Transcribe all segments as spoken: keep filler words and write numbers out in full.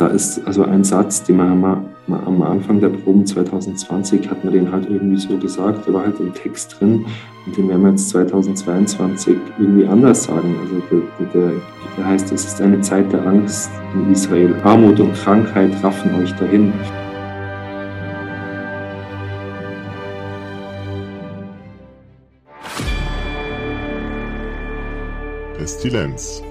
da ist also ein Satz, den man mal, mal am Anfang der Proben zwanzig zwanzig hat man den halt irgendwie so gesagt, der war halt im Text drin und den werden wir jetzt zwanzig zweiundzwanzig irgendwie anders sagen. Also der, der, der heißt, es ist eine Zeit der Angst in Israel. Armut und Krankheit raffen euch dahin. Pestilenz.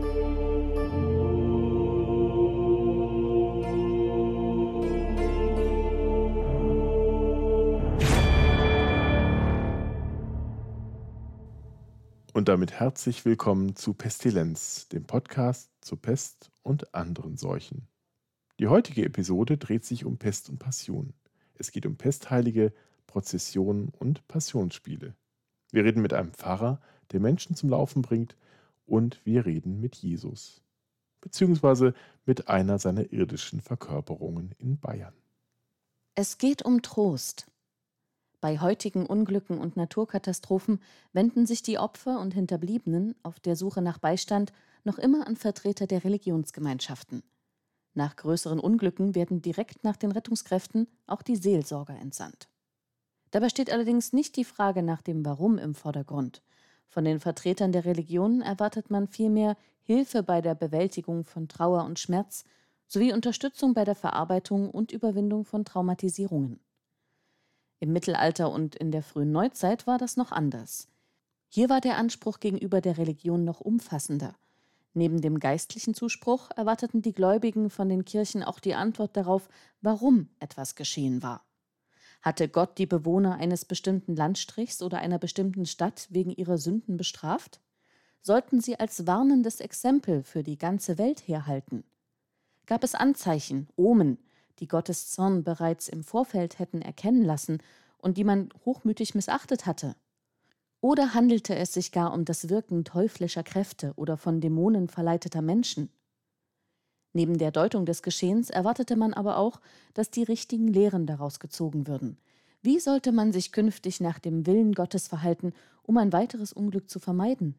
Und damit herzlich willkommen zu Pestilenz, dem Podcast zu Pest und anderen Seuchen. Die heutige Episode dreht sich um Pest und Passion. Es geht um Pestheilige, Prozessionen und Passionsspiele. Wir reden mit einem Pfarrer, der Menschen zum Laufen bringt, und wir reden mit Jesus, beziehungsweise mit einer seiner irdischen Verkörperungen in Bayern. Es geht um Trost. Bei heutigen Unglücken und Naturkatastrophen wenden sich die Opfer und Hinterbliebenen auf der Suche nach Beistand noch immer an Vertreter der Religionsgemeinschaften. Nach größeren Unglücken werden direkt nach den Rettungskräften auch die Seelsorger entsandt. Dabei steht allerdings nicht die Frage nach dem Warum im Vordergrund. Von den Vertretern der Religion erwartet man vielmehr Hilfe bei der Bewältigung von Trauer und Schmerz sowie Unterstützung bei der Verarbeitung und Überwindung von Traumatisierungen. Im Mittelalter und in der frühen Neuzeit war das noch anders. Hier war der Anspruch gegenüber der Religion noch umfassender. Neben dem geistlichen Zuspruch erwarteten die Gläubigen von den Kirchen auch die Antwort darauf, warum etwas geschehen war. Hatte Gott die Bewohner eines bestimmten Landstrichs oder einer bestimmten Stadt wegen ihrer Sünden bestraft? Sollten sie als warnendes Exempel für die ganze Welt herhalten? Gab es Anzeichen, Omen, die Gottes Zorn bereits im Vorfeld hätten erkennen lassen und die man hochmütig missachtet hatte? Oder handelte es sich gar um das Wirken teuflischer Kräfte oder von Dämonen verleiteter Menschen? Neben der Deutung des Geschehens erwartete man aber auch, dass die richtigen Lehren daraus gezogen würden. Wie sollte man sich künftig nach dem Willen Gottes verhalten, um ein weiteres Unglück zu vermeiden?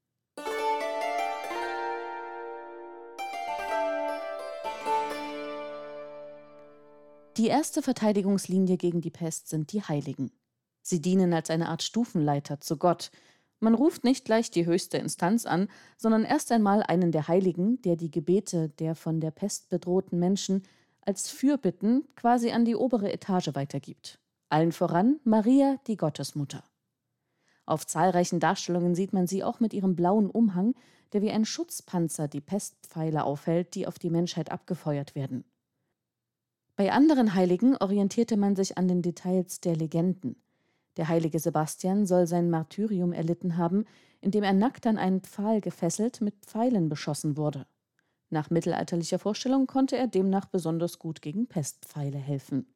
Die erste Verteidigungslinie gegen die Pest sind die Heiligen. Sie dienen als eine Art Stufenleiter zu Gott. Man ruft nicht gleich die höchste Instanz an, sondern erst einmal einen der Heiligen, der die Gebete der von der Pest bedrohten Menschen als Fürbitten quasi an die obere Etage weitergibt. Allen voran Maria, die Gottesmutter. Auf zahlreichen Darstellungen sieht man sie auch mit ihrem blauen Umhang, der wie ein Schutzpanzer die Pestpfeile aufhält, die auf die Menschheit abgefeuert werden. Bei anderen Heiligen orientierte man sich an den Details der Legenden. Der heilige Sebastian soll sein Martyrium erlitten haben, indem er nackt an einen Pfahl gefesselt mit Pfeilen beschossen wurde. Nach mittelalterlicher Vorstellung konnte er demnach besonders gut gegen Pestpfeile helfen.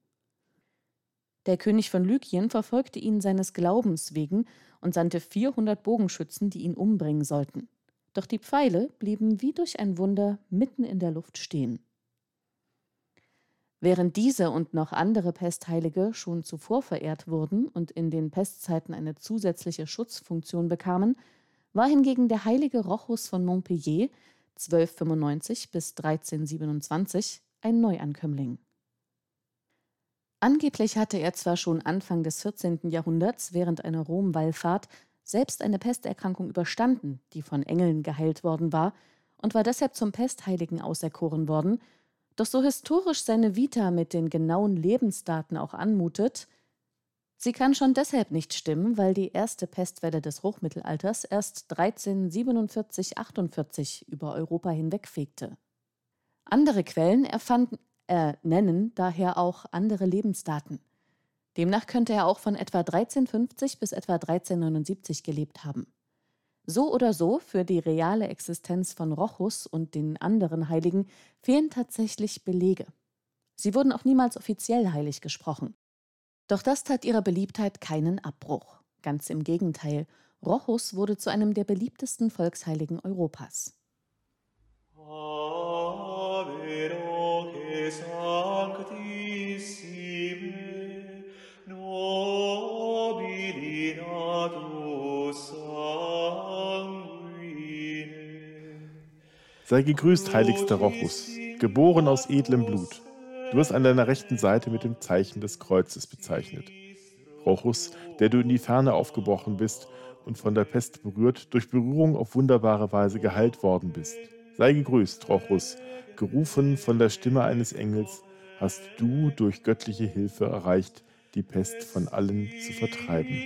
Der König von Lykien verfolgte ihn seines Glaubens wegen und sandte vierhundert Bogenschützen, die ihn umbringen sollten. Doch die Pfeile blieben wie durch ein Wunder mitten in der Luft stehen. Während diese und noch andere Pestheilige schon zuvor verehrt wurden und in den Pestzeiten eine zusätzliche Schutzfunktion bekamen, war hingegen der heilige Rochus von Montpellier zwölfhundertfünfundneunzig bis dreizehnhundertsiebenundzwanzig ein Neuankömmling. Angeblich hatte er zwar schon Anfang des vierzehnten Jahrhunderts während einer Rom-Wallfahrt selbst eine Pesterkrankung überstanden, die von Engeln geheilt worden war, und war deshalb zum Pestheiligen auserkoren worden. Doch so historisch seine Vita mit den genauen Lebensdaten auch anmutet, sie kann schon deshalb nicht stimmen, weil die erste Pestwelle des Hochmittelalters erst dreizehnhundertsiebenundvierzig achtundvierzig über Europa hinwegfegte. Andere Quellen erfanden, äh, nennen daher auch andere Lebensdaten. Demnach könnte er auch von etwa dreizehnhundertfünfzig bis etwa dreizehnhundertneunundsiebzig gelebt haben. So oder so, für die reale Existenz von Rochus und den anderen Heiligen fehlen tatsächlich Belege. Sie wurden auch niemals offiziell heilig gesprochen. Doch das tat ihrer Beliebtheit keinen Abbruch. Ganz im Gegenteil, Rochus wurde zu einem der beliebtesten Volksheiligen Europas. Ave Roche Sanctissime, nobili natus sanguine. Sei gegrüßt, heiligster Rochus. geboren aus edlem Blut. Du wirst an deiner rechten Seite mit dem Zeichen des Kreuzes bezeichnet. Rochus, der du in die Ferne aufgebrochen bist und von der Pest berührt, durch Berührung auf wunderbare Weise geheilt worden bist. Sei gegrüßt, Rochus, gerufen von der Stimme eines Engels, hast du durch göttliche Hilfe erreicht, die Pest von allen zu vertreiben.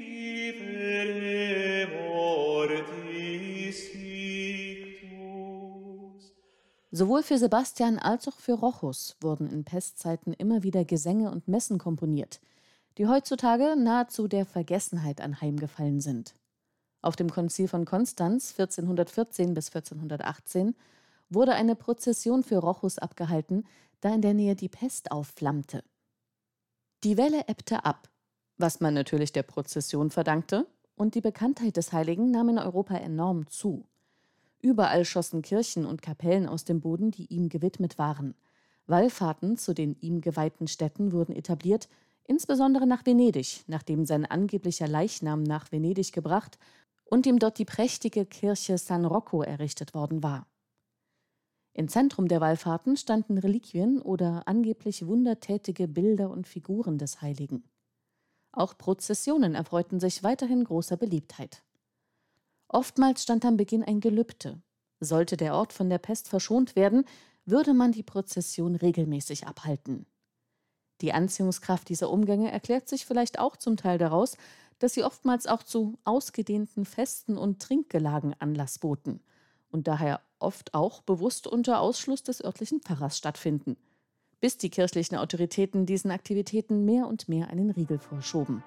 Sowohl für Sebastian als auch für Rochus wurden in Pestzeiten immer wieder Gesänge und Messen komponiert, die heutzutage nahezu der Vergessenheit anheimgefallen sind. Auf dem Konzil von Konstanz vierzehnhundertvierzehn bis vierzehnhundertachtzehn wurde eine Prozession für Rochus abgehalten, da in der Nähe die Pest aufflammte. Die Welle ebbte ab, was man natürlich der Prozession verdankte, und die Bekanntheit des Heiligen nahm in Europa enorm zu. Überall schossen Kirchen und Kapellen aus dem Boden, die ihm gewidmet waren. Wallfahrten zu den ihm geweihten Städten wurden etabliert, insbesondere nach Venedig, nachdem sein angeblicher Leichnam nach Venedig gebracht und ihm dort die prächtige Kirche San Rocco errichtet worden war. Im Zentrum der Wallfahrten standen Reliquien oder angeblich wundertätige Bilder und Figuren des Heiligen. Auch Prozessionen erfreuten sich weiterhin großer Beliebtheit. Oftmals stand am Beginn ein Gelübde. Sollte der Ort von der Pest verschont werden, würde man die Prozession regelmäßig abhalten. Die Anziehungskraft dieser Umgänge erklärt sich vielleicht auch zum Teil daraus, dass sie oftmals auch zu ausgedehnten Festen und Trinkgelagen Anlass boten und daher oft auch bewusst unter Ausschluss des örtlichen Pfarrers stattfinden, bis die kirchlichen Autoritäten diesen Aktivitäten mehr und mehr einen Riegel vorschoben.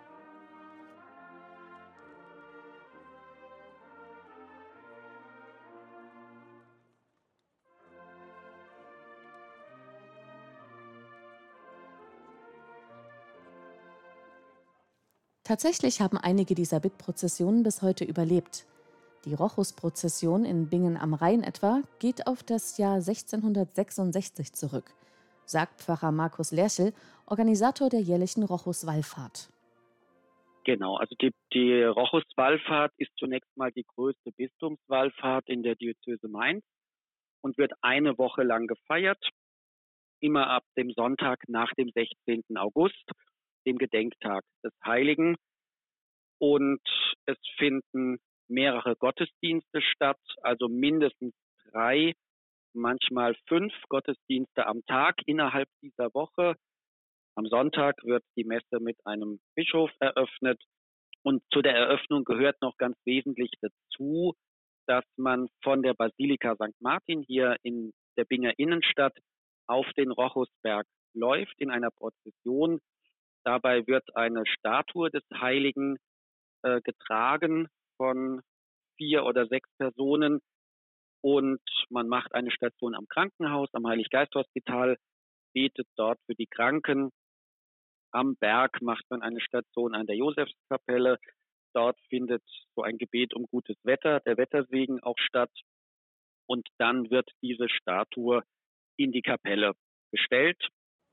Tatsächlich haben einige dieser Bittprozessionen bis heute überlebt. Die Rochus-Prozession in Bingen am Rhein etwa geht auf das Jahr sechzehnhundertsechsundsechzig zurück, sagt Pfarrer Markus Lerchel, Organisator der jährlichen Rochus-Wallfahrt. Genau, also die, die Rochus-Wallfahrt ist zunächst mal die größte Bistumswallfahrt in der Diözese Mainz und wird eine Woche lang gefeiert, immer ab dem Sonntag nach dem sechzehnten August, dem Gedenktag des Heiligen. Und es finden mehrere Gottesdienste statt, also mindestens drei, manchmal fünf Gottesdienste am Tag innerhalb dieser Woche. Am Sonntag wird die Messe mit einem Bischof eröffnet. Und zu der Eröffnung gehört noch ganz wesentlich dazu, dass man von der Basilika Sankt Martin hier in der Binger Innenstadt auf den Rochusberg läuft in einer Prozession. Dabei wird eine Statue des Heiligen äh, getragen von vier oder sechs Personen und man macht eine Station am Krankenhaus, am Heilig-Geist-Hospital, betet dort für die Kranken. Am Berg macht man eine Station an der Josefskapelle. Dort findet so ein Gebet um gutes Wetter, der Wettersegen auch statt. Und dann wird diese Statue in die Kapelle gestellt.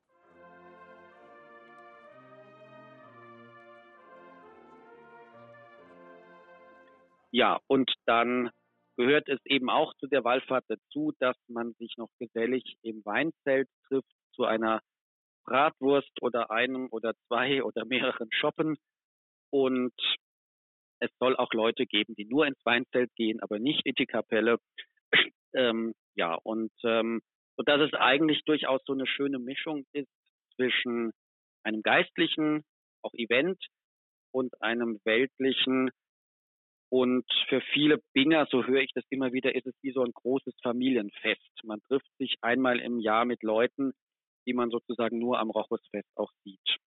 Ja, und dann gehört es eben auch zu der Wallfahrt dazu, dass man sich noch gesellig im Weinzelt trifft zu einer Bratwurst oder einem oder zwei oder mehreren Schoppen. Und es soll auch Leute geben, die nur ins Weinzelt gehen, aber nicht in die Kapelle. ähm, ja, und ähm, so dass es eigentlich durchaus so eine schöne Mischung ist zwischen einem geistlichen, auch Event, und einem weltlichen. Und für viele Binger, so höre ich das immer wieder, ist es wie so ein großes Familienfest. Man trifft sich einmal im Jahr mit Leuten, die man sozusagen nur am Rochusfest auch sieht.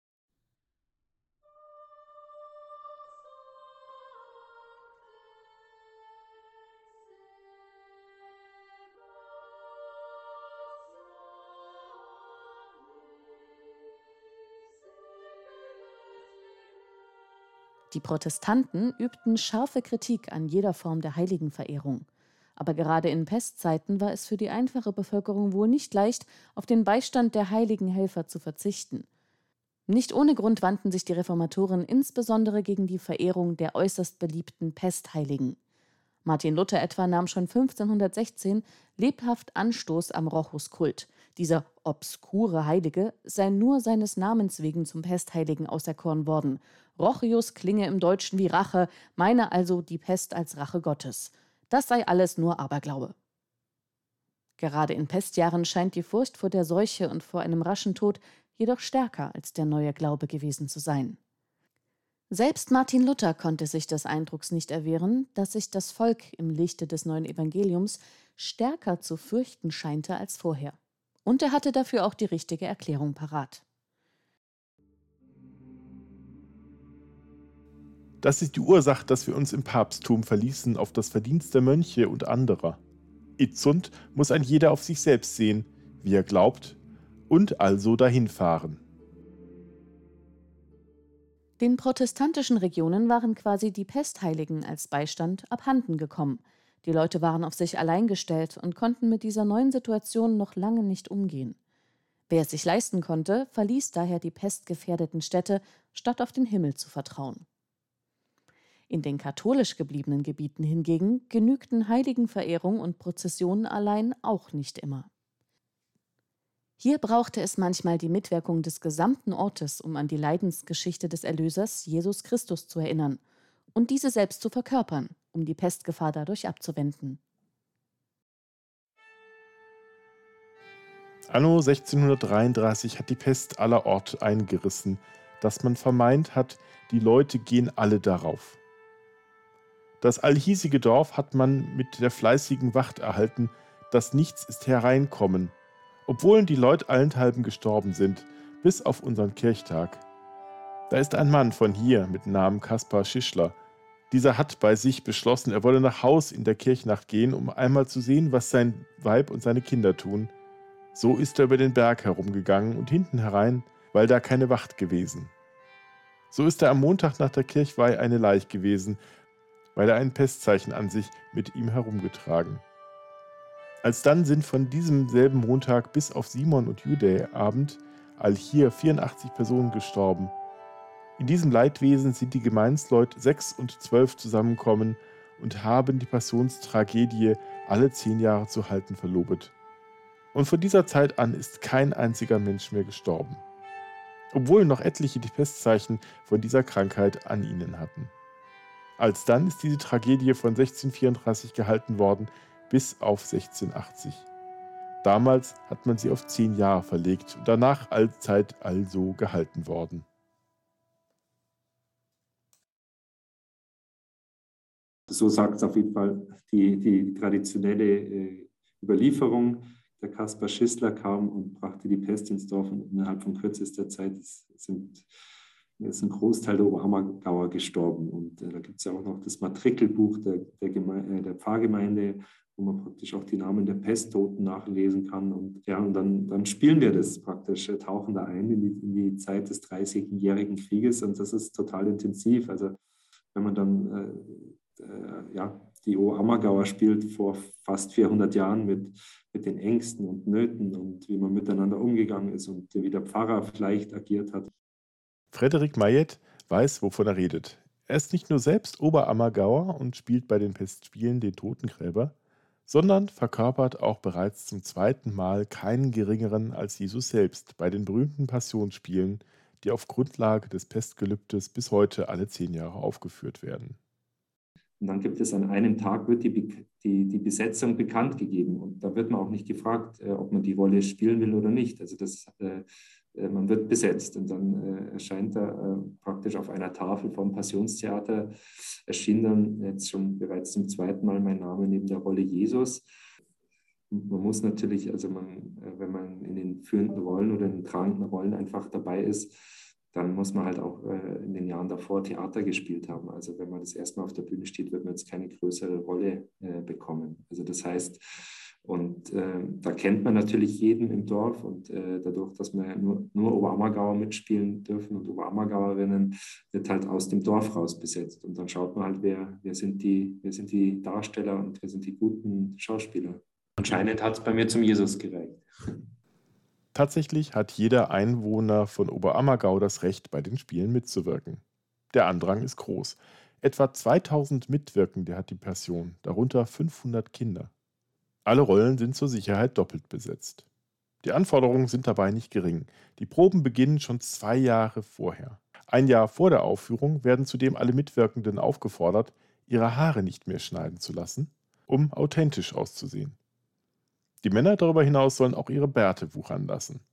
Die Protestanten übten scharfe Kritik an jeder Form der Heiligenverehrung. Aber gerade in Pestzeiten war es für die einfache Bevölkerung wohl nicht leicht, auf den Beistand der heiligen Helfer zu verzichten. Nicht ohne Grund wandten sich die Reformatoren insbesondere gegen die Verehrung der äußerst beliebten Pestheiligen. Martin Luther etwa nahm schon fünfzehnhundertsechzehn lebhaft Anstoß am Rochuskult. Dieser obskure Heilige sei nur seines Namens wegen zum Pestheiligen auserkoren worden. Rochius klinge im Deutschen wie Rache, meine also die Pest als Rache Gottes. Das sei alles nur Aberglaube. Gerade in Pestjahren scheint die Furcht vor der Seuche und vor einem raschen Tod jedoch stärker als der neue Glaube gewesen zu sein. Selbst Martin Luther konnte sich des Eindrucks nicht erwehren, dass sich das Volk im Lichte des neuen Evangeliums stärker zu fürchten scheinte als vorher. Und er hatte dafür auch die richtige Erklärung parat. Das ist die Ursache, dass wir uns im Papsttum verließen auf das Verdienst der Mönche und anderer. Itzund muss ein jeder auf sich selbst sehen, wie er glaubt, und also dahinfahren. Den protestantischen Regionen waren quasi die Pestheiligen als Beistand abhanden gekommen. Die Leute waren auf sich allein gestellt und konnten mit dieser neuen Situation noch lange nicht umgehen. Wer es sich leisten konnte, verließ daher die pestgefährdeten Städte, statt auf den Himmel zu vertrauen. In den katholisch gebliebenen Gebieten hingegen genügten Heiligenverehrung und Prozessionen allein auch nicht immer. Hier brauchte es manchmal die Mitwirkung des gesamten Ortes, um an die Leidensgeschichte des Erlösers Jesus Christus zu erinnern und diese selbst zu verkörpern, um die Pestgefahr dadurch abzuwenden. Anno sechzehnhundertdreiunddreißig hat die Pest allerorts eingerissen, dass man vermeint hat, die Leute gehen alle darauf. Das allhiesige Dorf hat man mit der fleißigen Wacht erhalten, dass nichts ist hereinkommen, obwohl die Leute allenthalben gestorben sind, bis auf unseren Kirchtag. Da ist ein Mann von hier mit Namen Kaspar Schischler. Dieser hat bei sich beschlossen, er wolle nach Haus in der Kirchnacht gehen, um einmal zu sehen, was sein Weib und seine Kinder tun. So ist er über den Berg herumgegangen und hinten herein, weil da keine Wacht gewesen. So ist er am Montag nach der Kirchweih eine Leich gewesen, weil er ein Pestzeichen an sich mit ihm herumgetragen. Alsdann sind von diesem selben Montag bis auf Simon und Judäabend allhier vierundachtzig Personen gestorben. In diesem Leidwesen sind die Gemeinsleut sechs und zwölf zusammenkommen und haben die Passionstragödie alle zehn Jahre zu halten verlobet. Und von dieser Zeit an ist kein einziger Mensch mehr gestorben, obwohl noch etliche die Pestzeichen von dieser Krankheit an ihnen hatten. Alsdann ist diese Tragödie von sechzehnhundertvierunddreißig gehalten worden bis auf sechzehnhundertachtzig. Damals hat man sie auf zehn Jahre verlegt und danach allzeit also gehalten worden. So sagt es auf jeden Fall die, die traditionelle äh, Überlieferung. Der Kaspar Schischler kam und brachte die Pest ins Dorf und innerhalb von kürzester Zeit ist, sind, ist ein Großteil der Oberammergauer gestorben. Und äh, da gibt es ja auch noch das Matrikelbuch der, der, Geme- äh, der Pfarrgemeinde, wo man praktisch auch die Namen der Pesttoten nachlesen kann. Und ja, und dann, dann spielen wir das praktisch, äh, tauchen da ein in die, in die Zeit des dreißigjährigen Krieges. Und das ist total intensiv. Also wenn man dann äh, äh, ja, die Oberammergauer spielt vor fast vierhundert Jahren mit, mit den Ängsten und Nöten und wie man miteinander umgegangen ist und wie der Pfarrer vielleicht agiert hat. Frederik Mayet weiß, wovon er redet. Er ist nicht nur selbst Oberammergauer und spielt bei den Pestspielen den Totengräber, sondern verkörpert auch bereits zum zweiten Mal keinen geringeren als Jesus selbst bei den berühmten Passionsspielen, die auf Grundlage des Pestgelübdes bis heute alle zehn Jahre aufgeführt werden. Und dann gibt es an einem Tag, wird die, die, die Besetzung bekannt gegeben. Und da wird man auch nicht gefragt, äh, ob man die Rolle spielen will oder nicht. Also das, äh, man wird besetzt. Und dann äh, erscheint da äh, praktisch auf einer Tafel vom Passionstheater, erschien dann jetzt schon bereits zum zweiten Mal mein Name neben der Rolle Jesus. Man muss natürlich, also man, äh, wenn man in den führenden Rollen oder in den tragenden Rollen einfach dabei ist, dann muss man halt auch äh, in den Jahren davor Theater gespielt haben. Also wenn man das erste Mal auf der Bühne steht, wird man jetzt keine größere Rolle äh, bekommen. Also das heißt, und äh, da kennt man natürlich jeden im Dorf und äh, dadurch, dass wir nur, nur Oberammergauer mitspielen dürfen und Oberammergauerinnen, wird halt aus dem Dorf raus besetzt. Und dann schaut man halt, wer, wer, sind, die, wer sind die Darsteller und wer sind die guten Schauspieler. Anscheinend hat es bei mir zum Jesus gereicht. Tatsächlich hat jeder Einwohner von Oberammergau das Recht, bei den Spielen mitzuwirken. Der Andrang ist groß. Etwa zweitausend Mitwirkende hat die Passion, darunter fünfhundert Kinder. Alle Rollen sind zur Sicherheit doppelt besetzt. Die Anforderungen sind dabei nicht gering. Die Proben beginnen schon zwei Jahre vorher. Ein Jahr vor der Aufführung werden zudem alle Mitwirkenden aufgefordert, ihre Haare nicht mehr schneiden zu lassen, um authentisch auszusehen. Die Männer darüber hinaus sollen auch ihre Bärte wuchern lassen.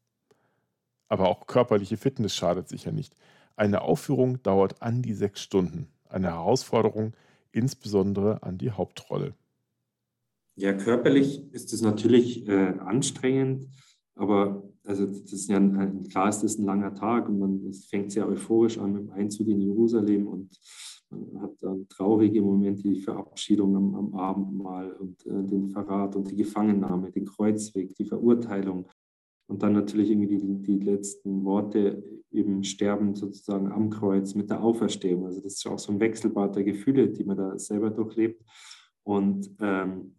Aber auch körperliche Fitness schadet sicher nicht. Eine Aufführung dauert an die sechs Stunden. Eine Herausforderung, insbesondere an die Hauptrolle. Ja, körperlich ist es natürlich äh, anstrengend, aber also das ist ja ein, klar ist das ein langer Tag und man es fängt sehr euphorisch an mit dem Einzug in Jerusalem und man hat dann traurige Momente, die Verabschiedung am, am Abendmahl und äh, den Verrat und die Gefangennahme, den Kreuzweg, die Verurteilung und dann natürlich irgendwie die, die letzten Worte eben sterben sozusagen am Kreuz mit der Auferstehung. Also das ist auch so ein Wechselbad der Gefühle, die man da selber durchlebt und ähm,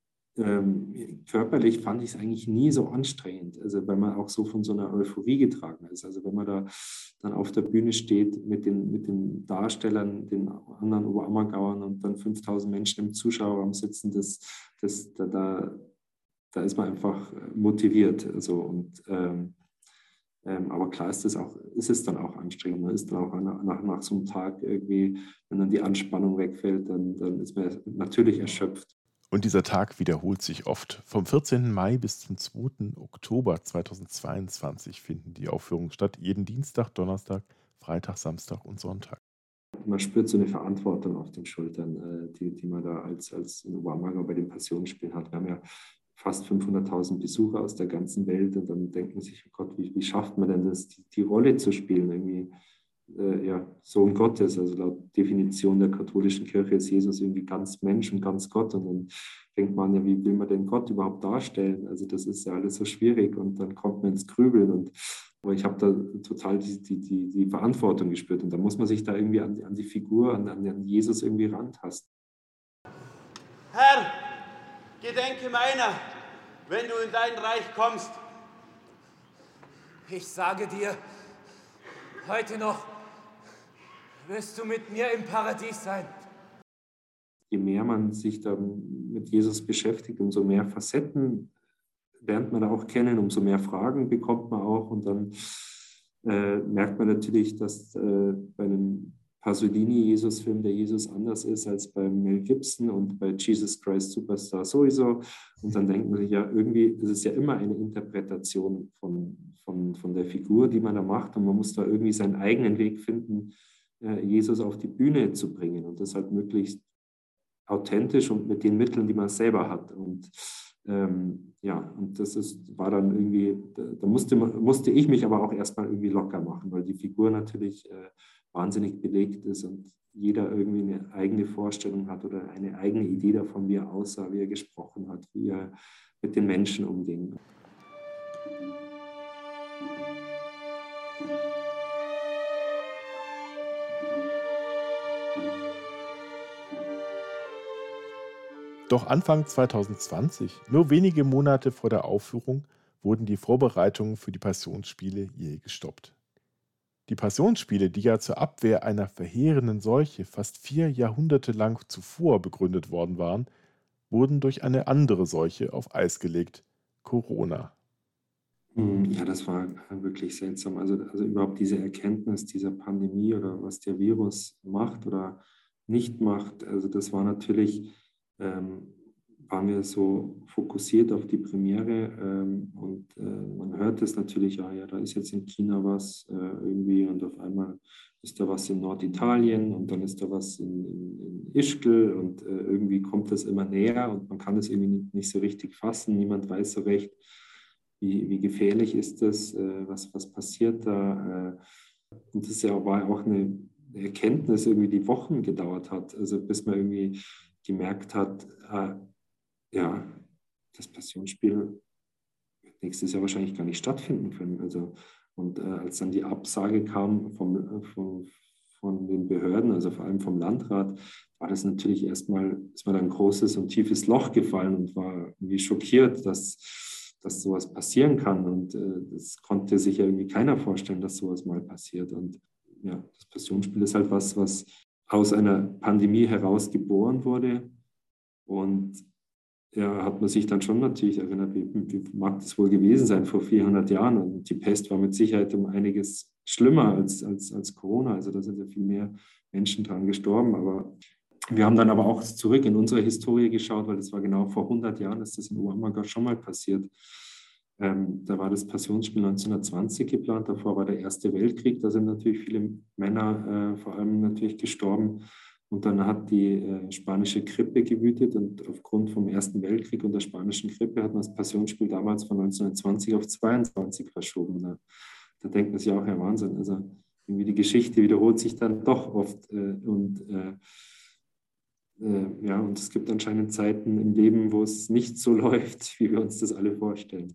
Ähm, körperlich fand ich es eigentlich nie so anstrengend, also weil man auch so von so einer Euphorie getragen ist. Also wenn man da dann auf der Bühne steht mit den, mit den Darstellern, den anderen Oberammergauern und dann fünftausend Menschen im Zuschauerraum sitzen, das, das, da, da, da ist man einfach motiviert. Also und, ähm, ähm, aber klar ist, das auch, ist es dann auch anstrengend. Man ist dann auch nach, nach, nach so einem Tag irgendwie, wenn dann die Anspannung wegfällt, dann, dann ist man natürlich erschöpft. Und dieser Tag wiederholt sich oft. Vom vierzehnten Mai bis zum zweiten Oktober zweitausendzweiundzwanzig finden die Aufführungen statt. Jeden Dienstag, Donnerstag, Freitag, Samstag und Sonntag. Man spürt so eine Verantwortung auf den Schultern, die, die man da als, als in Oberammergau bei den Passionsspielen hat. Wir haben ja fast fünfhunderttausend Besucher aus der ganzen Welt und dann denkt man sich, oh Gott, wie, wie schafft man denn das, die, die Rolle zu spielen? Irgendwie, äh, ja, Sohn Gottes, also laut Definition der katholischen Kirche ist Jesus irgendwie ganz Mensch und ganz Gott und dann denkt man ja, wie will man denn Gott überhaupt darstellen? Also das ist ja alles so schwierig und dann kommt man ins Grübeln und aber ich habe da total die, die, die, die Verantwortung gespürt und da muss man sich da irgendwie an, an die Figur, an, an Jesus irgendwie rantasten. Herr, gedenke meiner, wenn du in dein Reich kommst. Ich sage dir, heute noch wirst du mit mir im Paradies sein. Je mehr man sich dann mit Jesus beschäftigt, umso mehr Facetten lernt man auch kennen, umso mehr Fragen bekommt man auch und dann äh, merkt man natürlich, dass äh, bei einem Pasolini-Jesus-Film der Jesus anders ist als bei Mel Gibson und bei Jesus Christ Superstar sowieso und dann denkt man sich ja, irgendwie ist es ja immer eine Interpretation von, von, von der Figur, die man da macht und man muss da irgendwie seinen eigenen Weg finden, äh, Jesus auf die Bühne zu bringen und das halt möglichst authentisch und mit den Mitteln, die man selber hat und Ähm, ja, und das ist, war dann irgendwie, da, da musste, musste ich mich aber auch erstmal irgendwie locker machen, weil die Figur natürlich äh, wahnsinnig belegt ist und jeder irgendwie eine eigene Vorstellung hat oder eine eigene Idee davon, wie er aussah, wie er gesprochen hat, wie er mit den Menschen umging. Doch Anfang zweitausendzwanzig, nur wenige Monate vor der Aufführung, wurden die Vorbereitungen für die Passionsspiele jäh gestoppt. Die Passionsspiele, die ja zur Abwehr einer verheerenden Seuche fast vier Jahrhunderte lang zuvor begründet worden waren, wurden durch eine andere Seuche auf Eis gelegt: Corona. Ja, das war wirklich seltsam. Also, also überhaupt diese Erkenntnis dieser Pandemie oder was der Virus macht oder nicht macht, also das war natürlich... Ähm, waren wir so fokussiert auf die Premiere ähm, und äh, man hört es natürlich, ja, ja, da ist jetzt in China was äh, irgendwie und auf einmal ist da was in Norditalien und dann ist da was in, in, in Ischgl und äh, irgendwie kommt das immer näher und man kann es irgendwie nicht, nicht so richtig fassen, niemand weiß so recht, wie, wie gefährlich ist das, äh, was, was passiert da äh, und das ja, war auch eine Erkenntnis irgendwie, die Wochen gedauert hat, also bis man irgendwie gemerkt hat, äh, ja, das Passionsspiel wird nächstes Jahr wahrscheinlich gar nicht stattfinden können. Also, und äh, als dann die Absage kam vom, vom, von den Behörden, also vor allem vom Landrat, war das natürlich erstmal, ist mir dann ein großes und tiefes Loch gefallen und war irgendwie schockiert, dass, dass sowas passieren kann. Und äh, das konnte sich ja irgendwie keiner vorstellen, dass sowas mal passiert. Und ja, das Passionsspiel ist halt was, was aus einer Pandemie heraus geboren wurde. Und ja, hat man sich dann schon natürlich erinnert, wie, wie mag das wohl gewesen sein vor vierhundert Jahren? Und die Pest war mit Sicherheit um einiges schlimmer als, als, als Corona. Also da sind ja viel mehr Menschen dran gestorben. Aber wir haben dann aber auch zurück in unsere Historie geschaut, weil das war genau vor hundert Jahren, ist das in Oaxaca schon mal passiert. Ähm, da war das Passionsspiel neunzehnhundertzwanzig geplant, davor war der Erste Weltkrieg, da sind natürlich viele Männer äh, vor allem natürlich gestorben. Und dann hat die äh, spanische Grippe gewütet und aufgrund vom Ersten Weltkrieg und der spanischen Grippe hat man das Passionsspiel damals von neunzehnhundertzwanzig auf zweiundzwanzig verschoben. Da, da denkt man sich auch, ja Wahnsinn, also irgendwie die Geschichte wiederholt sich dann doch oft äh, und äh, äh, ja, und es gibt anscheinend Zeiten im Leben, wo es nicht so läuft, wie wir uns das alle vorstellen.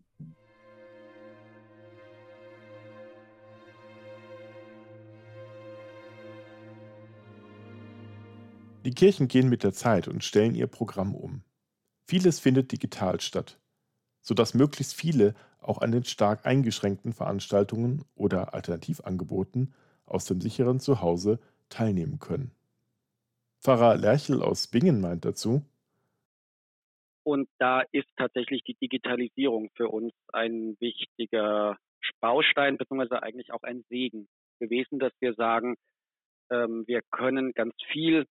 Die Kirchen gehen mit der Zeit und stellen ihr Programm um. Vieles findet digital statt, sodass möglichst viele auch an den stark eingeschränkten Veranstaltungen oder Alternativangeboten aus dem sicheren Zuhause teilnehmen können. Pfarrer Lerchel aus Bingen meint dazu: Und da ist tatsächlich die Digitalisierung für uns ein wichtiger Baustein, beziehungsweise eigentlich auch ein Segen gewesen, dass wir sagen, ähm, wir können ganz viel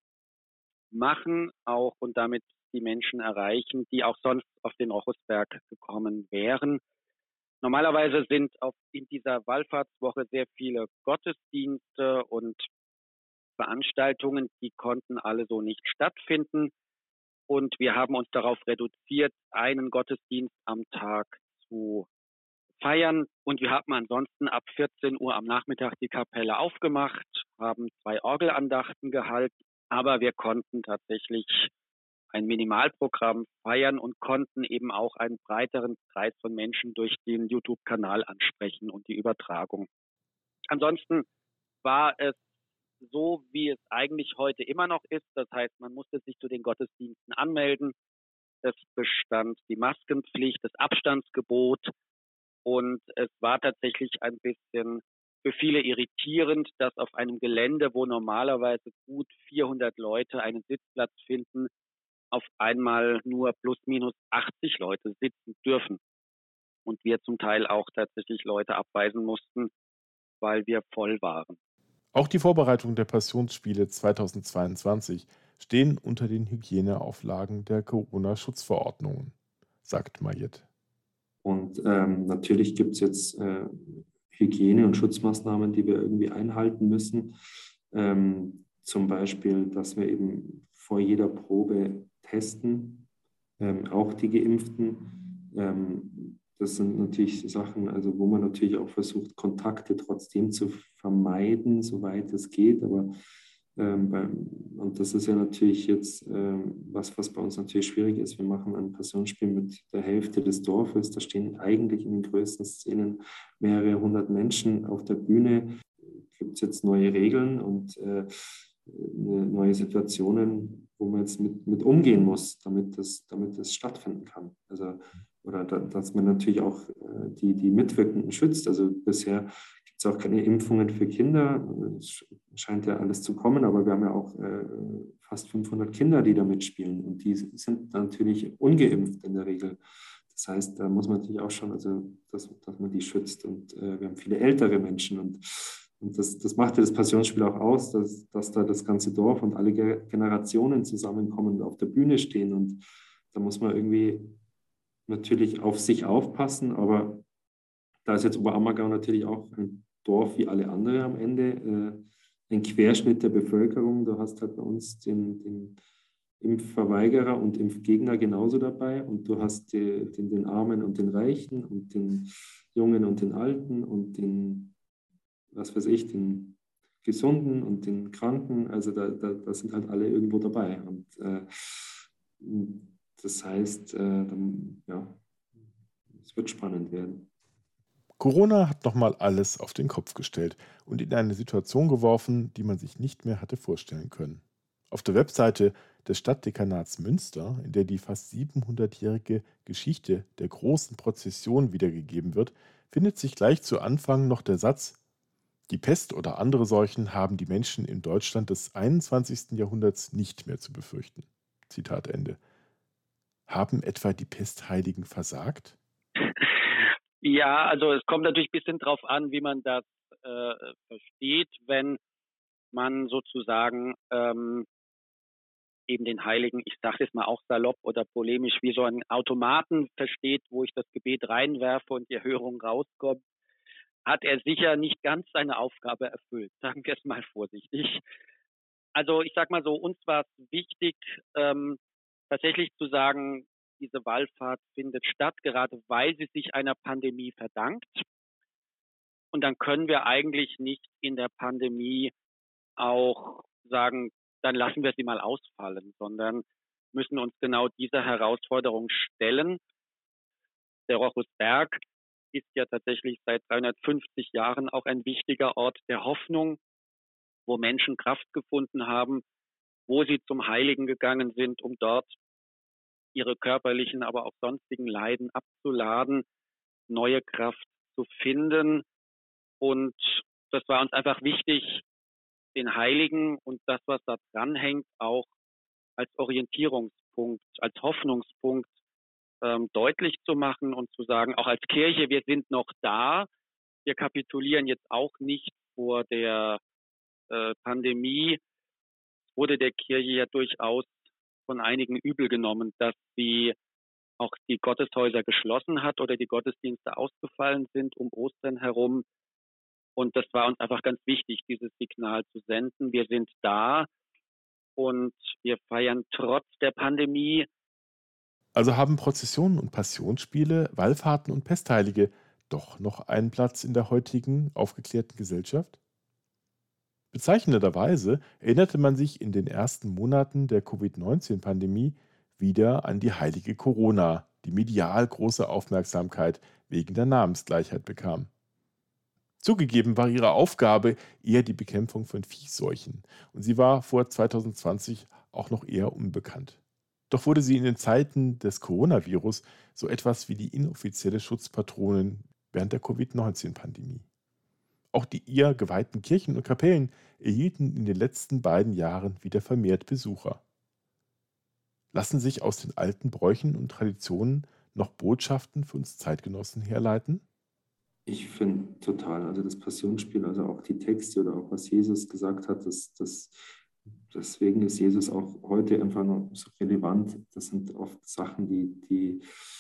machen auch und damit die Menschen erreichen, die auch sonst auf den Rochusberg gekommen wären. Normalerweise sind auf, in dieser Wallfahrtswoche sehr viele Gottesdienste und Veranstaltungen, die konnten alle so nicht stattfinden. Und wir haben uns darauf reduziert, einen Gottesdienst am Tag zu feiern. Und wir haben ansonsten ab vierzehn Uhr am Nachmittag die Kapelle aufgemacht, haben zwei Orgelandachten gehalten. Aber wir konnten tatsächlich ein Minimalprogramm feiern und konnten eben auch einen breiteren Kreis von Menschen durch den YouTube-Kanal ansprechen und die Übertragung. Ansonsten war es so, wie es eigentlich heute immer noch ist. Das heißt, man musste sich zu den Gottesdiensten anmelden. Es bestand die Maskenpflicht, das Abstandsgebot. Und es war tatsächlich ein bisschen für viele irritierend, dass auf einem Gelände, wo normalerweise gut vierhundert Leute einen Sitzplatz finden, auf einmal nur plus minus achtzig Leute sitzen dürfen. Und wir zum Teil auch tatsächlich Leute abweisen mussten, weil wir voll waren. Auch die Vorbereitung der Passionsspiele zweitausendzweiundzwanzig stehen unter den Hygieneauflagen der Corona-Schutzverordnungen, sagt Mayet. Und ähm, natürlich gibt es jetzt äh, Hygiene- und Schutzmaßnahmen, die wir irgendwie einhalten müssen. Ähm, zum Beispiel, dass wir eben vor jeder Probe testen, ähm, auch die Geimpften. Ähm, das sind natürlich Sachen, also wo man natürlich auch versucht, Kontakte trotzdem zu vermeiden, soweit es geht. Aber ähm, beim, und das ist ja natürlich jetzt ähm, was, was bei uns natürlich schwierig ist. Wir machen ein Passionsspiel mit der Hälfte des Dorfes. Da stehen eigentlich in den größten Szenen mehrere hundert Menschen auf der Bühne. Gibt es jetzt neue Regeln und äh, neue Situationen, wo man jetzt mit, mit umgehen muss, damit das, damit das stattfinden kann. Also, oder da, dass man natürlich auch äh, die, die Mitwirkenden schützt. Also bisher gibt es auch keine Impfungen für Kinder. Es scheint ja alles zu kommen, aber wir haben ja auch äh, fast fünfhundert Kinder, die da mitspielen und die sind natürlich ungeimpft in der Regel. Das heißt, da muss man natürlich auch schauen, also, dass, dass man die schützt und äh, wir haben viele ältere Menschen und Und das, das macht ja das Passionsspiel auch aus, dass, dass da das ganze Dorf und alle Generationen zusammenkommen und auf der Bühne stehen. Und da muss man irgendwie natürlich auf sich aufpassen. Aber da ist jetzt Oberammergau natürlich auch ein Dorf wie alle anderen am Ende, äh, ein Querschnitt der Bevölkerung. Du hast halt bei uns den, den Impfverweigerer und Impfgegner genauso dabei. Und du hast die, den, den Armen und den Reichen und den Jungen und den Alten und den was weiß ich, den Gesunden und den Kranken, also da, da, da sind halt alle irgendwo dabei. Und äh, das heißt, äh, dann, ja, es wird spannend werden. Corona hat nochmal alles auf den Kopf gestellt und in eine Situation geworfen, die man sich nicht mehr hatte vorstellen können. Auf der Webseite des Stadtdekanats Münster, in der die fast siebenhundertjährige Geschichte der großen Prozession wiedergegeben wird, findet sich gleich zu Anfang noch der Satz: Die Pest oder andere Seuchen haben die Menschen in Deutschland des einundzwanzigsten Jahrhunderts nicht mehr zu befürchten. Zitat Ende. Haben etwa die Pestheiligen versagt? Ja, also es kommt natürlich ein bisschen drauf an, wie man das äh, versteht, wenn man sozusagen ähm, eben den Heiligen, ich sage jetzt mal auch salopp oder polemisch, wie so einen Automaten versteht, wo ich das Gebet reinwerfe und die Erhörung rauskommt, hat er sicher nicht ganz seine Aufgabe erfüllt, sagen wir es mal vorsichtig. Also ich sag mal so, uns war es wichtig, ähm, tatsächlich zu sagen, diese Wallfahrt findet statt, gerade weil sie sich einer Pandemie verdankt. Und dann können wir eigentlich nicht in der Pandemie auch sagen, dann lassen wir sie mal ausfallen, sondern müssen uns genau dieser Herausforderung stellen. Der Rochusberg ist ja tatsächlich seit dreihundertfünfzig Jahren auch ein wichtiger Ort der Hoffnung, wo Menschen Kraft gefunden haben, wo sie zum Heiligen gegangen sind, um dort ihre körperlichen, aber auch sonstigen Leiden abzuladen, neue Kraft zu finden. Und das war uns einfach wichtig, den Heiligen und das, was da dranhängt, auch als Orientierungspunkt, als Hoffnungspunkt ähm, deutlich zu machen und zu sagen, auch als Kirche, wir sind noch da. Wir kapitulieren jetzt auch nicht vor der äh, Pandemie. Wurde der Kirche ja durchaus von einigen übel genommen, dass sie auch die Gotteshäuser geschlossen hat oder die Gottesdienste ausgefallen sind um Ostern herum. Und das war uns einfach ganz wichtig, dieses Signal zu senden. Wir sind da und wir feiern trotz der Pandemie. Also haben Prozessionen und Passionsspiele, Wallfahrten und Pestheilige doch noch einen Platz in der heutigen aufgeklärten Gesellschaft? Bezeichnenderweise erinnerte man sich in den ersten Monaten der Covid neunzehn Pandemie wieder an die heilige Corona, die medial große Aufmerksamkeit wegen der Namensgleichheit bekam. Zugegeben war ihre Aufgabe eher die Bekämpfung von Viehseuchen und sie war vor zweitausendzwanzig auch noch eher unbekannt. Doch wurde sie in den Zeiten des Coronavirus so etwas wie die inoffizielle Schutzpatronin während der Covid neunzehn Pandemie. Auch die ihr geweihten Kirchen und Kapellen erhielten in den letzten beiden Jahren wieder vermehrt Besucher. Lassen sich aus den alten Bräuchen und Traditionen noch Botschaften für uns Zeitgenossen herleiten? Ich finde total, also das Passionsspiel, also auch die Texte oder auch was Jesus gesagt hat, das, das, deswegen ist Jesus auch heute einfach noch so relevant. Das sind oft Sachen, die, die,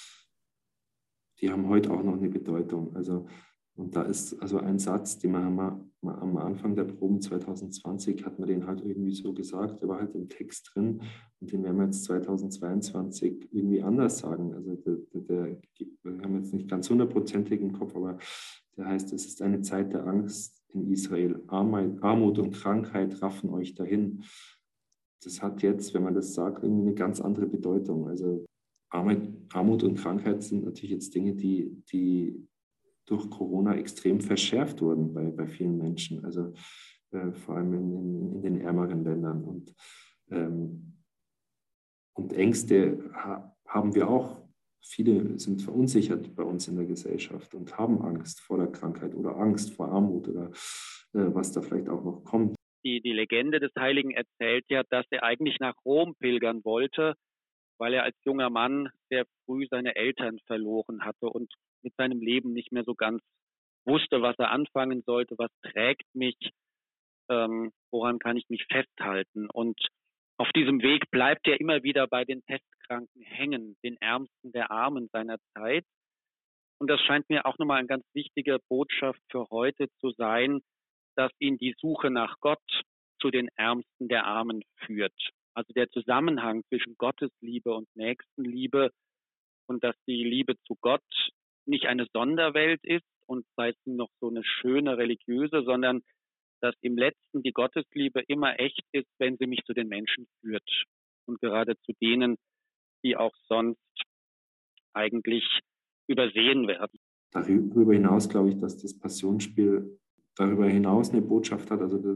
die haben heute auch noch eine Bedeutung. Also, und da ist also ein Satz, den man mal, mal am Anfang der Proben zweitausendzwanzig hat man den halt irgendwie so gesagt, der war halt im Text drin und den werden wir jetzt zweitausendzweiundzwanzig irgendwie anders sagen. Also der, der, der wir haben jetzt nicht ganz hundertprozentig im Kopf, aber der heißt, es ist eine Zeit der Angst in Israel. Armut und Krankheit raffen euch dahin. Das hat jetzt, wenn man das sagt, irgendwie eine ganz andere Bedeutung. Also Armut und Krankheit sind natürlich jetzt Dinge, die, die durch Corona extrem verschärft wurden bei, bei vielen Menschen, also äh, vor allem in, in, in den ärmeren Ländern. Und, ähm, und Ängste ha, haben wir auch. Viele sind verunsichert bei uns in der Gesellschaft und haben Angst vor der Krankheit oder Angst vor Armut oder äh, was da vielleicht auch noch kommt. Die, die Legende des Heiligen erzählt ja, dass er eigentlich nach Rom pilgern wollte, weil er als junger Mann sehr früh seine Eltern verloren hatte und mit seinem Leben nicht mehr so ganz wusste, was er anfangen sollte, was trägt mich, ähm, woran kann ich mich festhalten. Und auf diesem Weg bleibt er immer wieder bei den Pestkranken hängen, den Ärmsten der Armen seiner Zeit. Und das scheint mir auch nochmal eine ganz wichtige Botschaft für heute zu sein, dass ihn die Suche nach Gott zu den Ärmsten der Armen führt. Also der Zusammenhang zwischen Gottesliebe und Nächstenliebe und dass die Liebe zu Gott nicht eine Sonderwelt ist und sei es noch so eine schöne religiöse, sondern dass im Letzten die Gottesliebe immer echt ist, wenn sie mich zu den Menschen führt und gerade zu denen, die auch sonst eigentlich übersehen werden. Darüber hinaus glaube ich, dass das Passionsspiel darüber hinaus eine Botschaft hat, also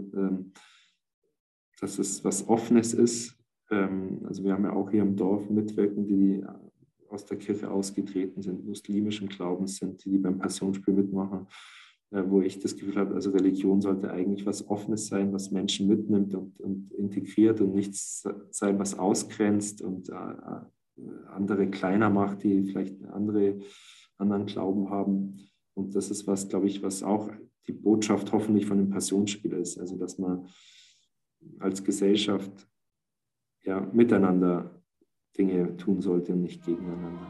dass es was Offenes ist. Also wir haben ja auch hier im Dorf Mitwirkende, die aus der Kirche ausgetreten sind, muslimischen Glaubens sind, die beim Passionsspiel mitmachen. äh, wo ich das Gefühl habe, also Religion sollte eigentlich was Offenes sein, was Menschen mitnimmt und, und integriert und nichts sein, was ausgrenzt und äh, andere kleiner macht, die vielleicht eine andere, anderen Glauben haben. Und das ist was, glaube ich, was auch die Botschaft hoffentlich von dem Passionsspiel ist. Also, dass man als Gesellschaft ja, miteinander Dinge tun sollte und nicht gegeneinander.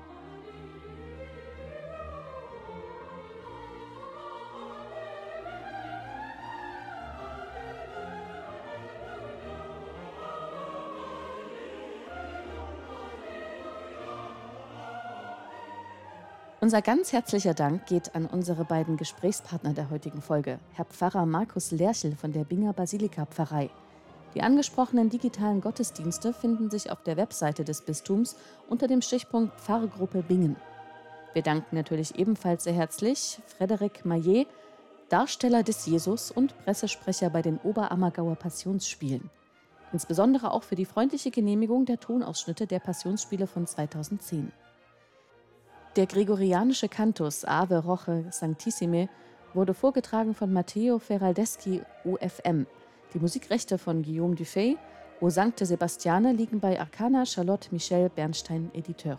Unser ganz herzlicher Dank geht an unsere beiden Gesprächspartner der heutigen Folge, Herr Pfarrer Markus Lerchel von der Binger Basilika-Pfarrei. Die angesprochenen digitalen Gottesdienste finden sich auf der Webseite des Bistums unter dem Stichpunkt Pfarrgruppe Bingen. Wir danken natürlich ebenfalls sehr herzlich Frederik Maillet, Darsteller des Jesus und Pressesprecher bei den Oberammergauer Passionsspielen. Insbesondere auch für die freundliche Genehmigung der Tonausschnitte der Passionsspiele von zweitausendzehn. Der gregorianische Cantus Ave Roche Sanctissime wurde vorgetragen von Matteo Ferraldeschi O F M. Die Musikrechte von Guillaume Dufay. O Sancte Sebastiane liegen bei Arcana Charlotte Michel Bernstein Editeur.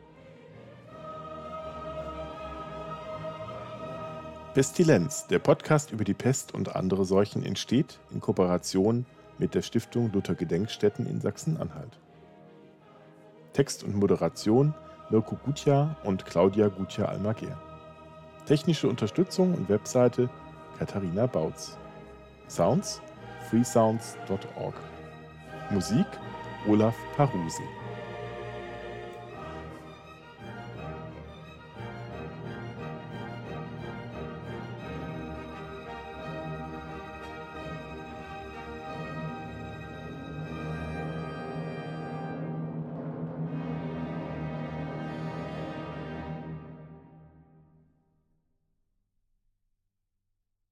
Pestilenz, der Podcast über die Pest und andere Seuchen, entsteht in Kooperation mit der Stiftung Luther Gedenkstätten in Sachsen-Anhalt. Text und Moderation Mirko Gutjahr und Claudia Gutjahr-Almaguer. Technische Unterstützung und Webseite Katharina Bautz. Sounds freesounds punkt org. Musik Olaf Parusi.